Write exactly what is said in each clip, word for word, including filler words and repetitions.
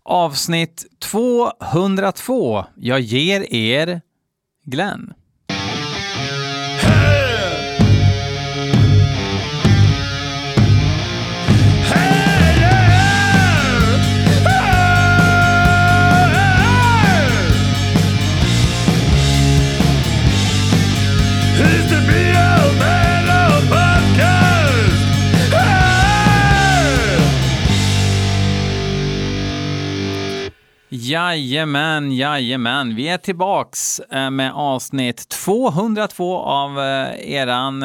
Avsnitt tvåhundratvå. Jag ger er Glenn. Jajamän, jajamän. Vi är tillbaks med avsnitt tvåhundratvå av eran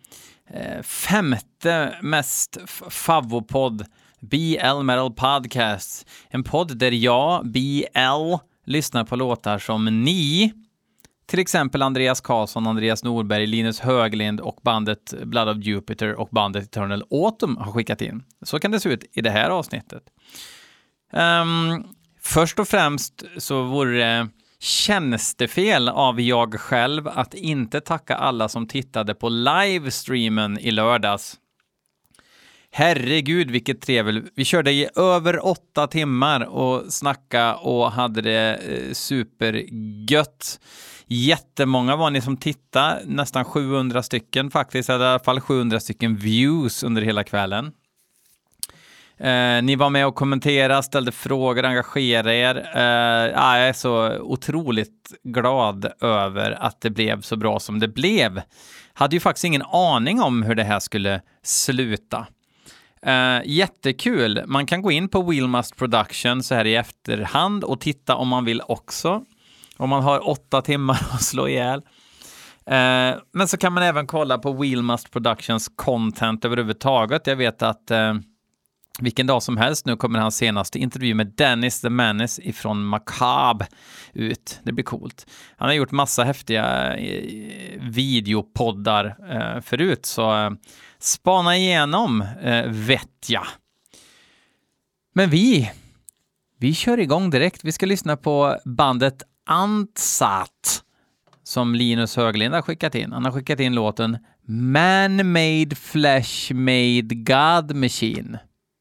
femte mest favvopodd, B L Metal Podcast. En podd där jag, B L, lyssnar på låtar som ni, till exempel Andreas Karlsson, Andreas Norberg, Linus Höglind och bandet Blood of Jupiter och bandet Eternal Autumn har skickat in. Så kan det se ut i det här avsnittet. Um, Först och främst så vore det tjänstefel av jag själv att inte tacka alla som tittade på livestreamen i lördags. Herregud, vilket trevligt. Vi körde i över åtta timmar och snacka och hade det eh, supergött. Jättemånga var ni som tittade, nästan sjuhundra stycken faktiskt, i alla fall sjuhundra stycken views under hela kvällen. Eh, ni var med och kommenterade, ställde frågor, engagerade er. Eh, jag är så otroligt glad över att det blev så bra som det blev. Hade ju faktiskt ingen aning om hur det här skulle sluta. Eh, jättekul. Man kan gå in på Wheelmust Production så här i efterhand och titta om man vill också. Om man har åtta timmar att slå ihjäl. Eh, men så kan man även kolla på Wheelmust Productions content överhuvudtaget. Jag vet att eh, vilken dag som helst nu kommer hans senaste intervju med Dennis the Menace ifrån Macabre ut. Det blir coolt. Han har gjort massa häftiga eh, videopoddar eh, förut, så eh, spana igenom eh, vet jag. Men vi, vi kör igång direkt. Vi ska lyssna på bandet Antsat som Linus Höglind har skickat in. Han har skickat in låten Man-Made Flesh-Made God Machine.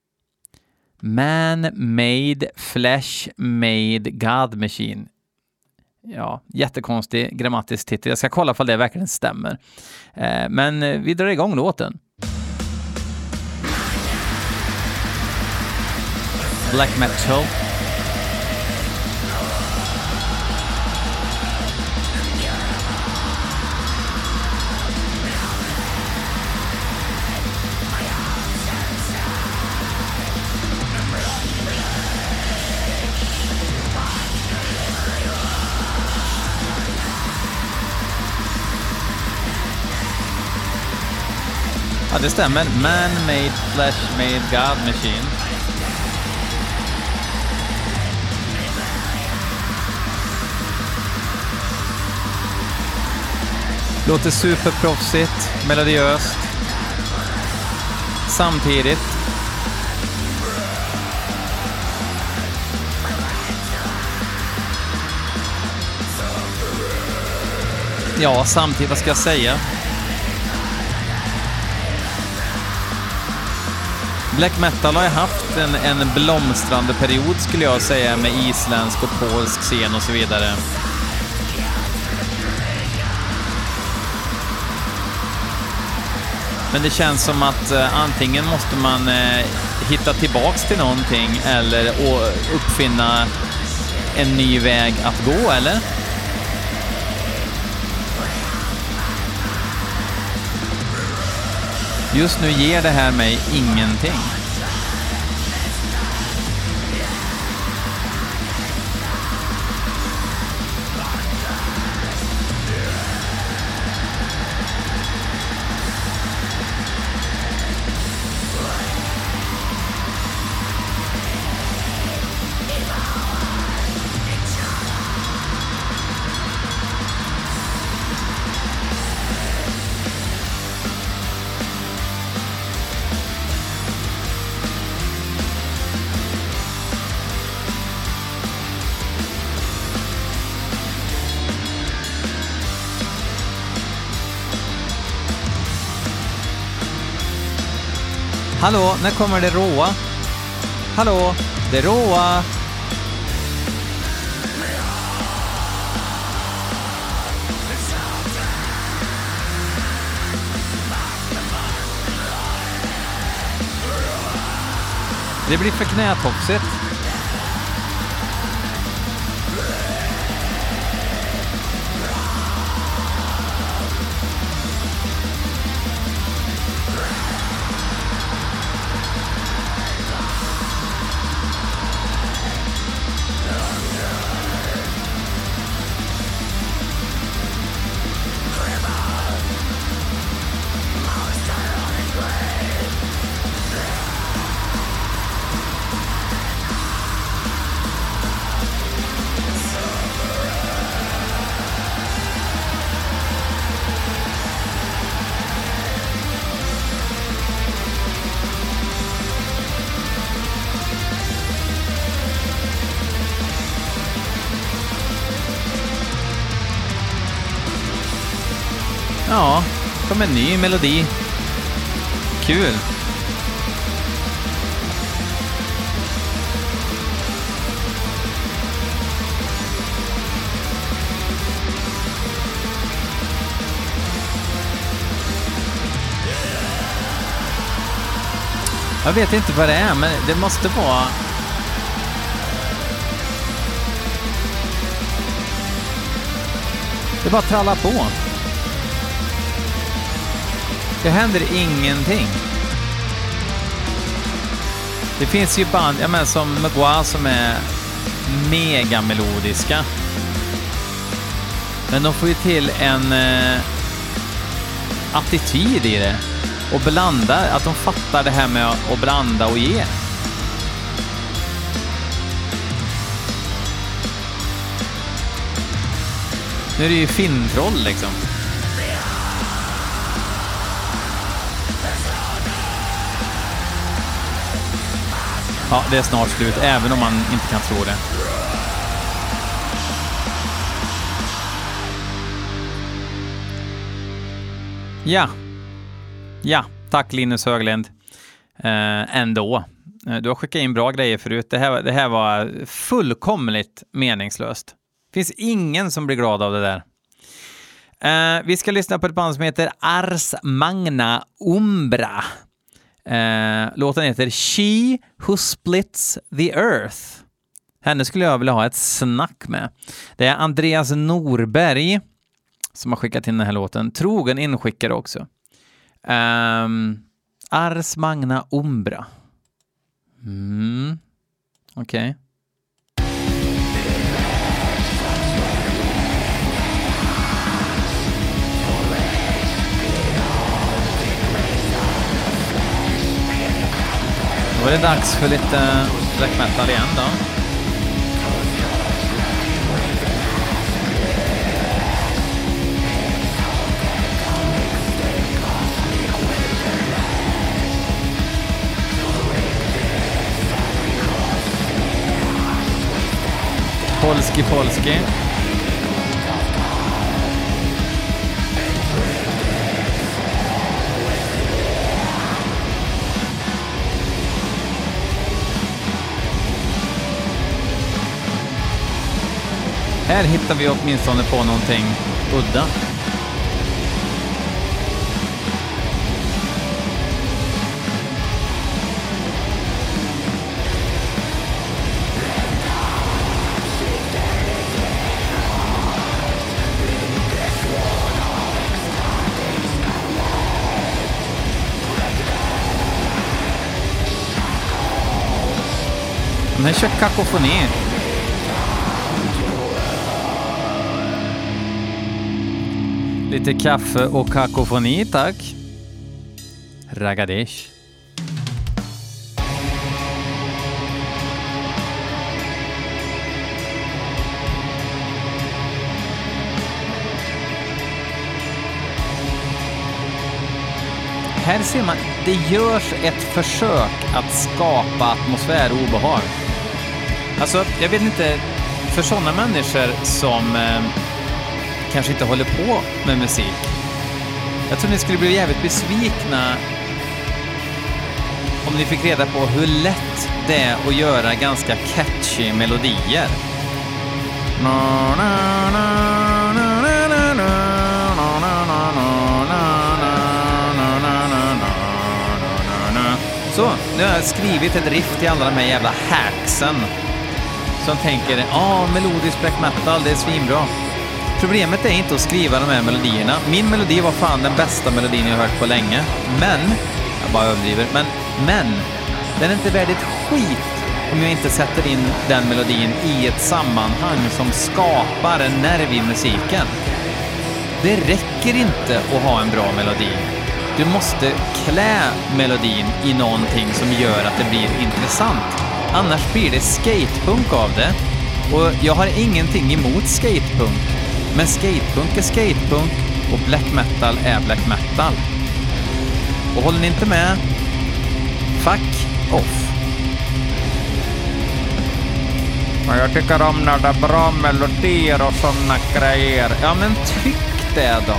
Man-Made Flesh-Made God Machine. Ja, jättekonstig grammatisk titel. Jag ska kolla om det verkligen stämmer. Eh, men vi drar igång låten. Black metal. Ja, det stämmer. Man-made, flesh-made God machine. Låter superproffsigt, melodiöst. Samtidigt. Ja, samtidigt, vad ska jag säga? Black metal har jag haft en, en blomstrande period skulle jag säga, med isländsk och polsk scen och så vidare. Men det känns som att eh, antingen måste man eh, hitta tillbaks till någonting eller å, uppfinna en ny väg att gå, eller? Just nu ger det här mig ingenting. Hallå, när kommer det råa? Hallå, det råa. Det blir för knätofsigt. Ja, som en ny melodi. Kul. Jag vet inte vad det är, men det måste vara... Det bara trallar på. Det händer ingenting. Det finns ju band, jag menar, som Mugwa som är mega melodiska. Men de får ju till en eh, attityd i det. Och blanda, att de fattar det här med att blanda och ge. Nu är det ju fintroll liksom. Ja, det är snart slut, även om man inte kan tro det. Ja. Ja, tack Linus Höglind. Eh, ändå. Du har skickat in bra grejer förut. Det här, det här var fullkomligt meningslöst. Det finns ingen som blir glad av det där. Eh, vi ska lyssna på ett band som heter Ars Magna Umbra. Eh, låten heter She Who Splits the Earth. Henne skulle jag vilja ha ett snack med. Det är Andreas Norberg som har skickat in den här låten. Trogen inskickare också. Um, Ars Magna Umbra. Mm. Okej. Okay. Då var det dags för lite black metal igen då. Polski, polski. Här hittar vi åtminstone på någonting udda. Den här kör kakofoni. Lite kaffe och kakofoni, tack. Ragadesh. Här ser man, det görs ett försök att skapa atmosfär och obehag. Alltså, jag vet inte, för sådana människor som eh, kanske inte håller på med musik. Jag tror ni skulle bli jävligt besvikna om ni fick reda på hur lätt det är att göra ganska catchy melodier. Så Så, nu har jag skrivit ett riff till alla de här jävla hacksen som tänker, ja, ah, melodisk black metal, det är svinbra. Problemet är inte att skriva de här melodierna. Min melodi var fan den bästa melodin jag har hört på länge. Men, jag bara överdriver, men, men, den är inte värd ett skit om jag inte sätter in den melodin i ett sammanhang som skapar en nerv i musiken. Det räcker inte att ha en bra melodi. Du måste klä melodin i någonting som gör att det blir intressant. Annars blir det skatepunk av det. Och jag har ingenting emot skatepunk. Men skatepunk är skatepunk och black metal är black metal. Och håller ni inte med? Fuck off. Jag tycker om när det är bra melodier och såna grejer. Ja, men tyck det då.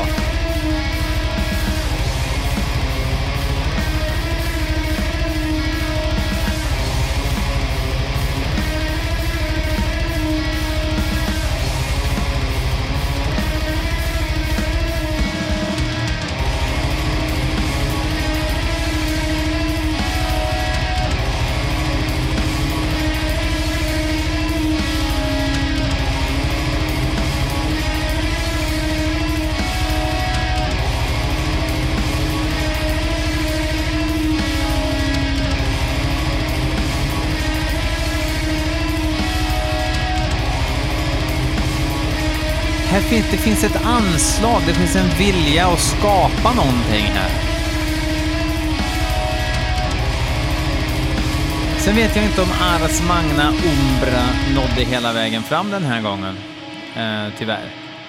Här finns, det finns ett anslag, det finns en vilja att skapa någonting här. Sen vet jag inte om Ars Magna Umbra nådde hela vägen fram den här gången. Eh, tyvärr.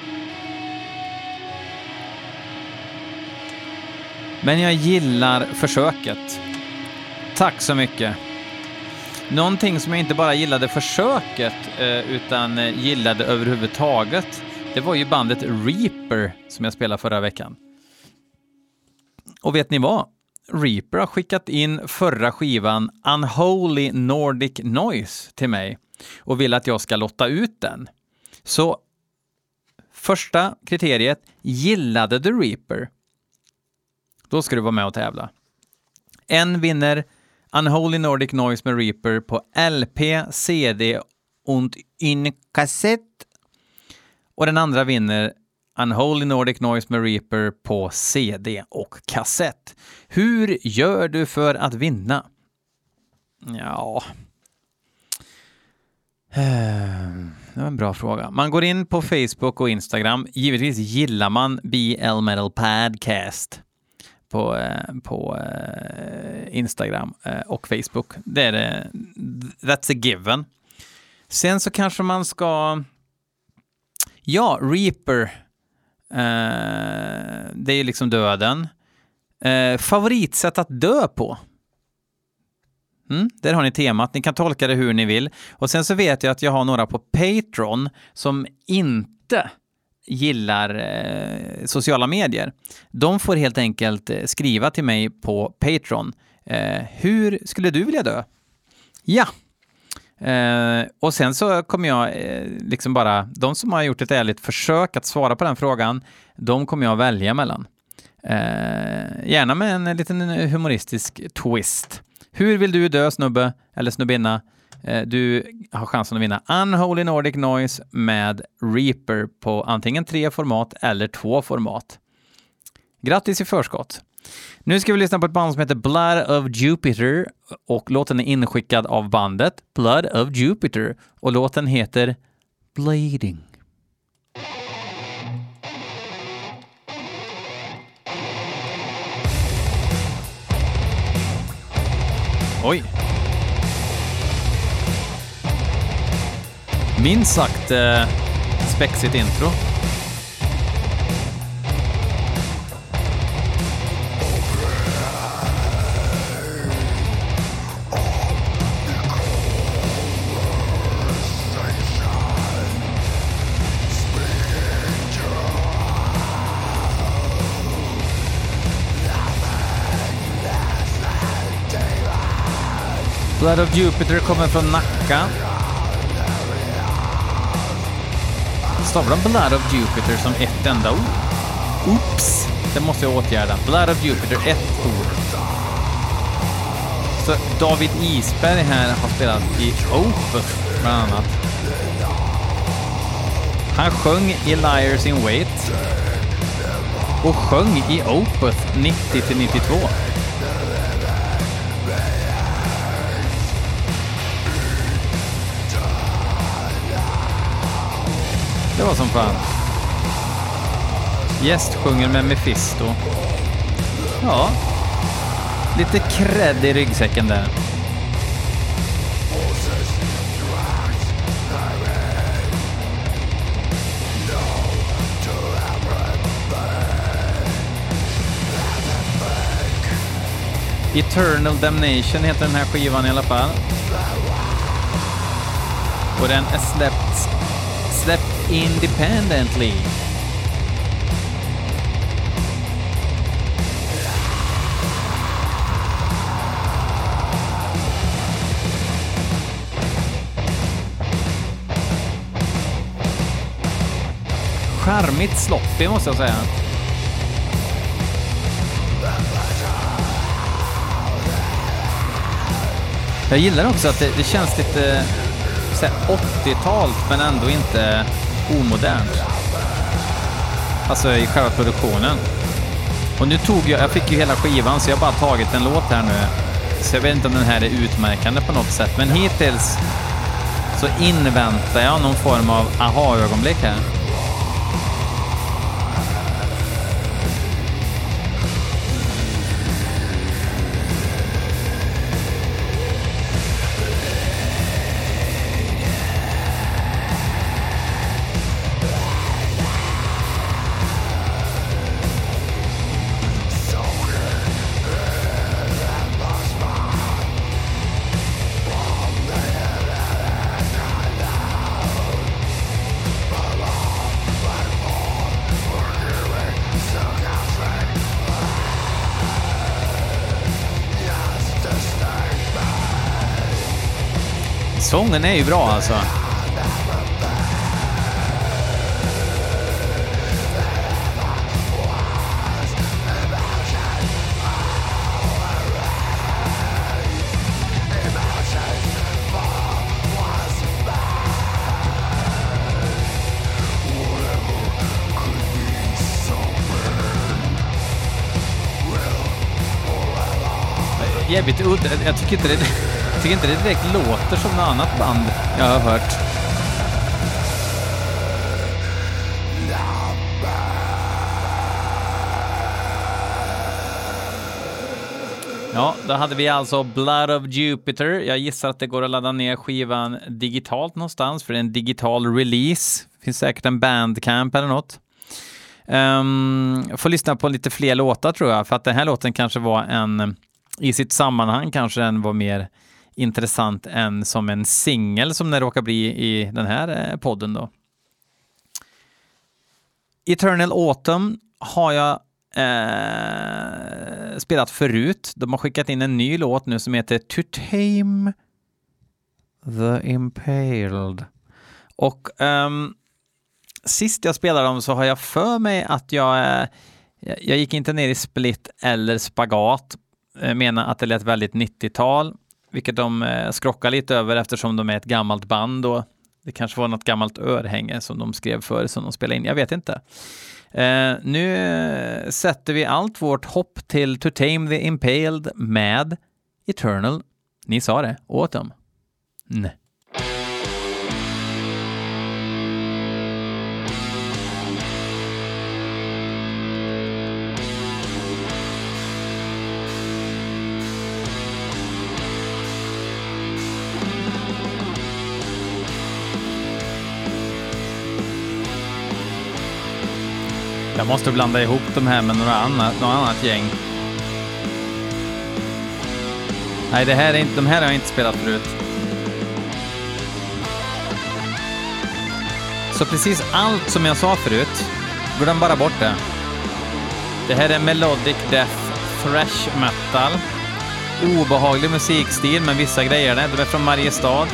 Men jag gillar försöket. Tack så mycket. Någonting som jag inte bara gillade försöket eh, utan eh, gillade överhuvudtaget, det var ju bandet Reaper som jag spelade förra veckan. Och vet ni vad? Reaper har skickat in förra skivan Unholy Nordic Noise till mig och vill att jag ska lotta ut den. Så första kriteriet, gillade du Reaper? Då ska du vara med och tävla. En vinner Unholy Nordic Noise med Reaper på L P, C D und in kassett. Och den andra vinner Unholy Nordic Noise med Reaper på C D och kassett. Hur gör du för att vinna? Ja... Det var en bra fråga. Man går in på Facebook och Instagram. Givetvis gillar man B L Metal Podcast på, på Instagram och Facebook. Det är det. That's a given. Sen så kanske man ska... Ja, Reaper. Eh, det är liksom döden. Eh, favoritsätt att dö på. Mm, där har ni temat. Ni kan tolka det hur ni vill. Och sen så vet jag att jag har några på Patreon som inte gillar eh, sociala medier. De får helt enkelt eh, skriva till mig på Patreon. Eh, hur skulle du vilja dö? Ja. Eh, och sen så kommer jag eh, liksom bara, de som har gjort ett ärligt försök att svara på den frågan, de kommer jag välja mellan. Eh, gärna med en liten humoristisk twist. Hur vill du dö, snubbe eller snubbinna? Eh, du har chansen att vinna Unholy Nordic Noise med Reaper på antingen tre format eller två format. Grattis i förskott! Nu ska vi lyssna på ett band som heter Blood of Jupiter och låten är inskickad av bandet Blood of Jupiter och låten heter Blading. Oj! Minst sagt eh, spexigt intro. Blood of Jupiter kommer från Nacka. Stavar de Blood of Jupiter som ett enda ord? Oops! Det måste jag åtgärda. Blood of Jupiter, ett ord. också David Isberg här har spelat i Opeth bland annat. Han sjöng i Liars in Wait och sjöng i Opeth nittio till nittiotvå. Det var som fan. Gäst sjunger med Mephisto. Ja. Lite cred i ryggsäcken där. Eternal Damnation heter den här skivan i alla fall. Och den är släppt, släppt independently. Charmigt sloppy måste jag säga. Jag gillar också att det, det känns lite så här åttio-talt men ändå inte omodernt. Alltså i själva produktionen. Och nu tog jag, jag fick ju hela skivan så jag har bara tagit en låt här nu. Så jag vet inte om den här är utmärkande på något sätt. Men hittills så inväntar jag någon form av aha-ögonblick här. Sången är ju bra alltså. Jävligt udda. Jag tycker inte det Jag tycker inte det direkt låter som något annat band jag har hört. Ja, då hade vi alltså Blood of Jupiter. Jag gissar att det går att ladda ner skivan digitalt någonstans för det är en digital release. Finns säkert en Bandcamp eller något. Um, får lyssna på lite fler låtar tror jag för att den här låten kanske var en i sitt sammanhang kanske den var mer intressant än som en singel som det råkar bli i den här podden då. Eternal Autumn har jag eh, spelat förut. De har skickat in en ny låt nu som heter To Tame the Impaled. Och um, sist jag spelade dem så har jag för mig att jag eh, jag gick inte ner i split eller spagat. Jag menar att det lät väldigt nittiotal. Vilket de eh, skrockar lite över eftersom de är ett gammalt band och det kanske var något gammalt örhänge som de skrev för som de spelade in. Jag vet inte. Eh, nu eh, sätter vi allt vårt hopp till To Tame the Impaled med Eternal. Ni sa det. Autumn. Nej. Jag måste blanda ihop de här med några annat, något annat gäng. Nej, det här är inte, de här har jag inte spelat förut. Så precis allt som jag sa förut, glöm bara bort det. Det här är melodic death, thrash metal. Obehaglig musikstil med vissa grejer. De är från Mariestad.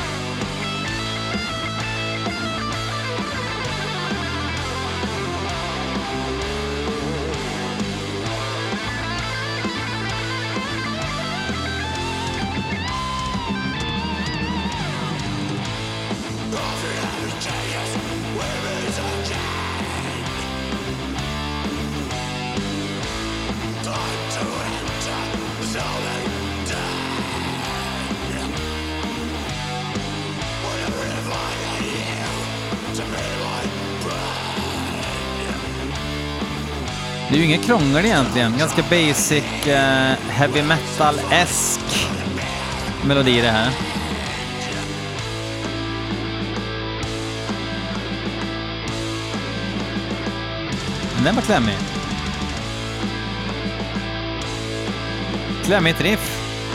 Det är ju inget krångel egentligen. Ganska basic uh, heavy metal-esk melodi det här. Men den var klämmig. Klämmigt riff.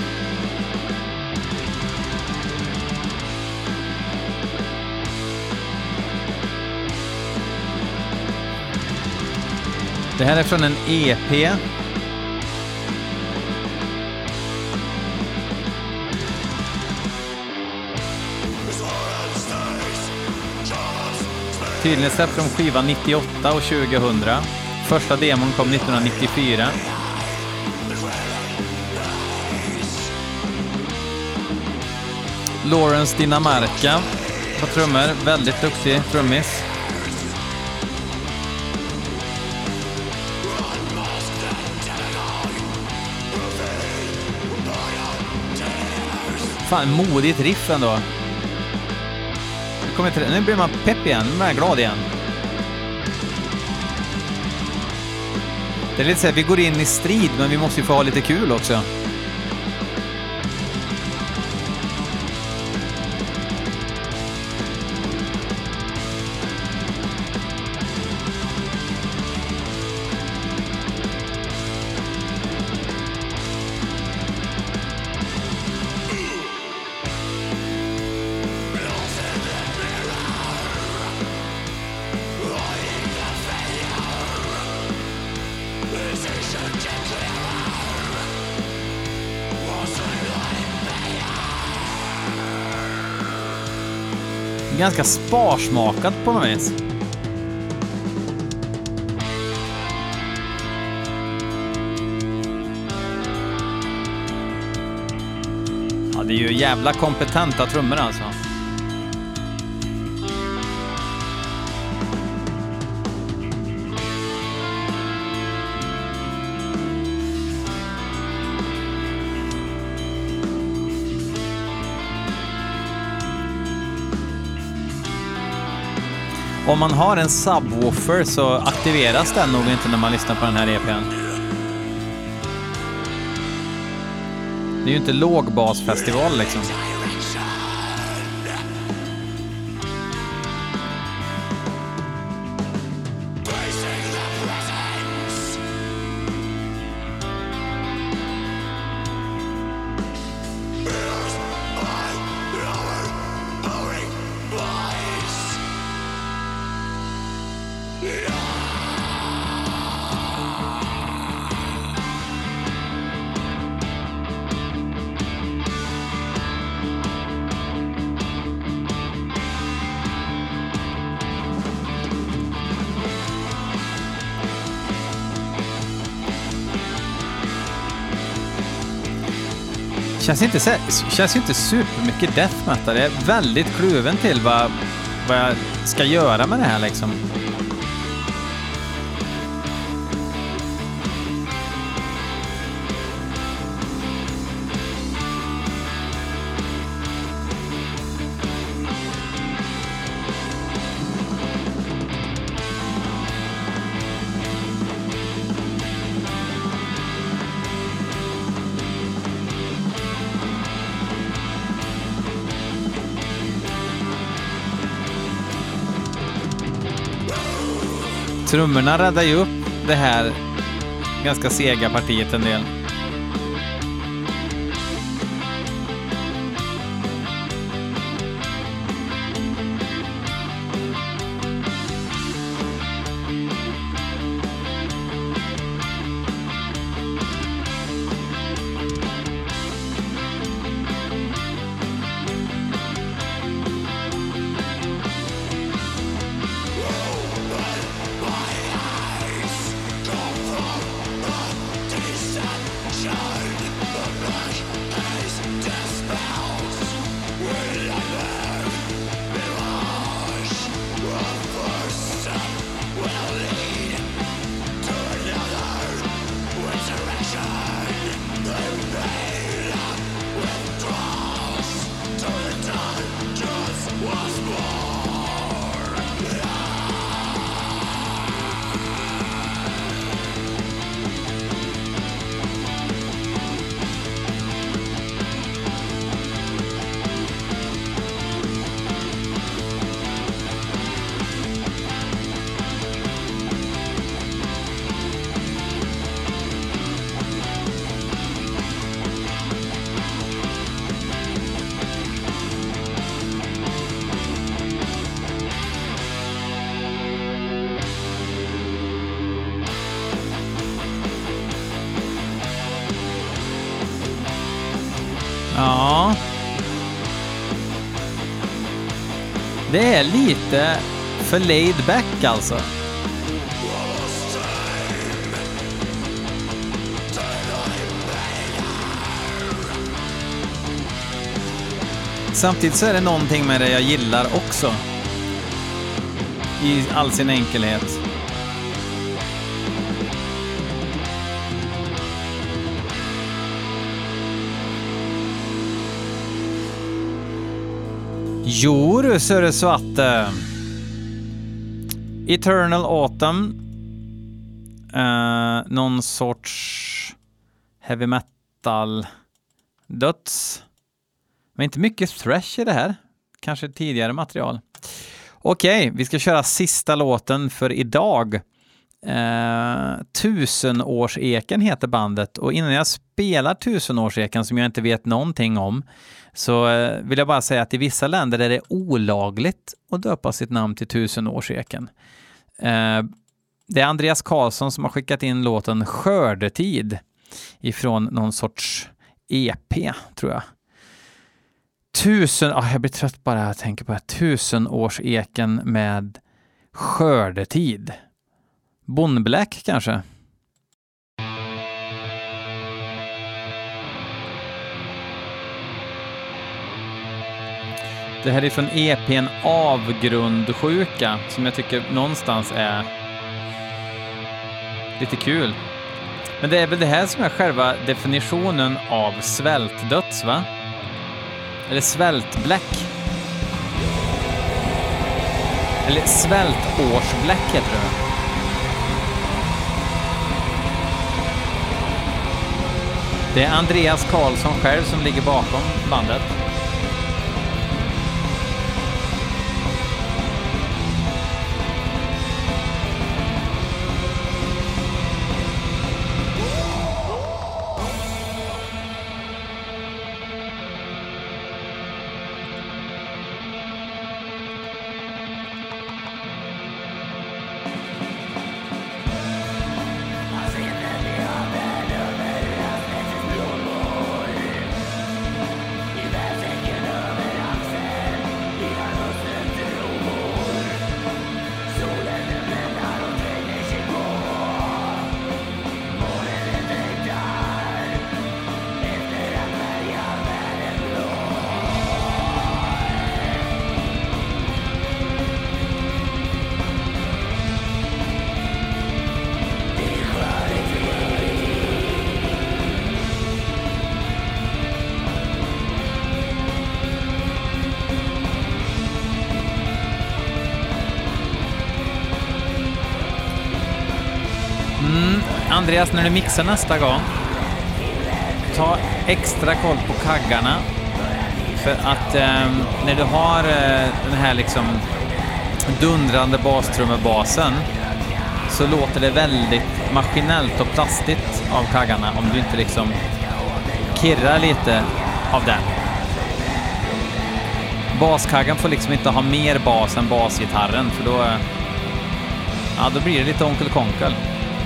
Det här är från en E P. Tydligen släppt från skivan nittioåtta och tjugohundra. Första demon kom nittonhundranittiofyra. Lawrence Dinamarca på trummor. Väldigt duktig trummis. Fan, modigt riff ändå. Kommer till, nu blir man pepp igen, nu blir man glad igen. Det är lite så här, vi går in i strid, men vi måste ju få ha lite kul också. Ganska sparsmakat på något vis. Ja, det är ju jävla kompetenta trummor alltså. Om man har en subwoofer så aktiveras den nog inte när man lyssnar på den här E P:n. Det är ju inte lågbasfestival liksom. Känns inte, känns inte supermycket death metal. Jag är väldigt kluven till vad, vad jag ska göra med det här liksom. Trummorna räddar ju upp det här ganska sega partiet en del. Det är lite för laid back alltså. Samtidigt så är det någonting med det jag gillar också. I all sin enkelhet. Jo du, Söre Svatte. Eternal Autumn. Uh, någon sorts heavy metal döds. Men inte mycket thrash i det här. Kanske tidigare material. Okej, vi ska köra sista låten för idag. Uh, Tusenårseken heter bandet. Och innan jag spelar Tusenårseken, som jag inte vet någonting om, så uh, vill jag bara säga att i vissa länder är det olagligt att döpa sitt namn till Tusenårseken. Uh, det är Andreas Karlsson som har skickat in låten Skördetid ifrån någon sorts E P, tror jag. Tusen, ah, jag blir trött bara att tänka på det. Tusenårseken med Skördetid. Bonblack kanske? Det här är från E P:n Avgrundsjuka, som jag tycker någonstans är lite kul. Men det är väl det här som är själva definitionen av svältdöds, va? Eller svältblack. Eller svältårsblack heter det. Det är Andreas Karlsson själv som ligger bakom bandet. Andreas, när du mixar nästa gång, ta extra koll på kaggarna. För att eh, när du har eh, den här liksom dundrande bastrummebasen, så låter det väldigt maskinellt och plastigt av kaggarna om du inte liksom kirrar lite av den. Baskaggan får liksom inte ha mer bas än basgitarren, för då, ja, då blir det lite onkel konkel.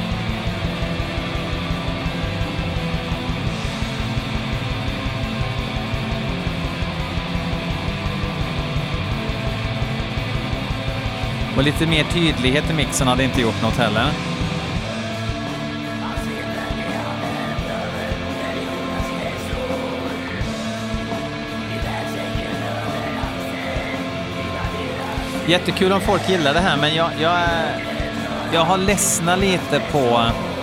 Och lite mer tydlighet i mixen hade inte gjort något heller. Jättekul om folk gillar det här, men jag, jag, jag har ledsnat lite på,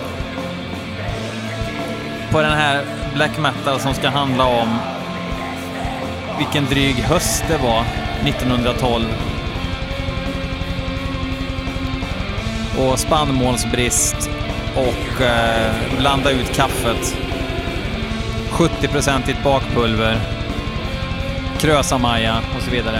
på den här black metal som ska handla om vilken dryg höst det var nittonhundratolv. Och spannmålsbrist och eh, blanda ut kaffet. sjuttio procent i bakpulver. Krösamaja och så vidare.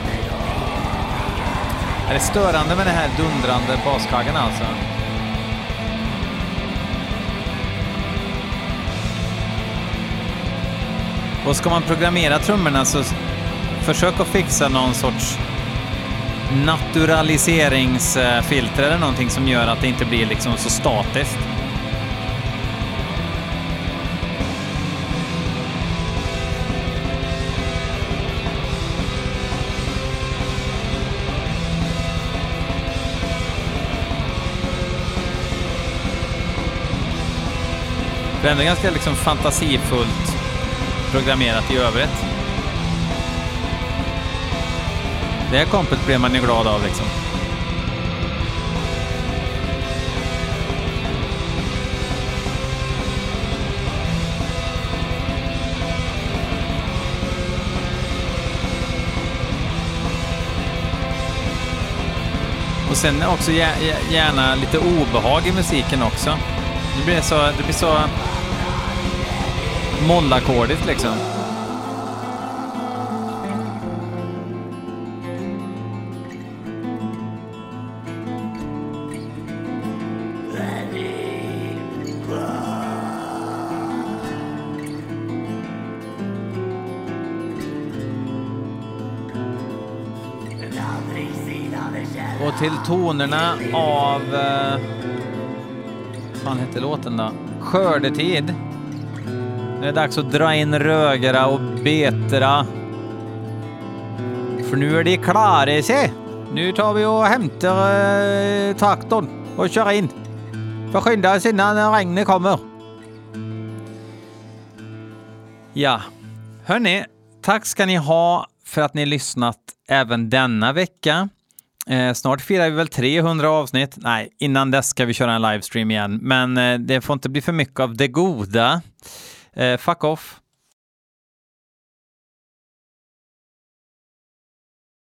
Det är störande med det här dundrande baskaggen alltså. Och ska man programmera trummorna så försök att fixa någon sorts naturaliseringsfilter eller någonting som gör att det inte blir liksom så statiskt. Det är ändå ganska liksom fantasifullt programmerat i övrigt. Det här kompet blir man ju glad av liksom. Och sen också gärna lite obehag i musiken också. Det blir så, det blir så mollackordigt liksom. Och till tonerna av eh, vad fan heter låten då? Skördetid. Det är dags att dra in rögera och betera. För nu är de klara, se. Nu tar vi och hämtar eh, traktorn och kör in. För skynda oss innan regnet kommer. Ja, hörni, tack ska ni ha för att ni lyssnat även denna vecka. Eh, snart firar vi väl trehundra avsnitt. Nej, innan dess ska vi köra en livestream igen. Men eh, det får inte bli för mycket av det goda. Eh, fuck off.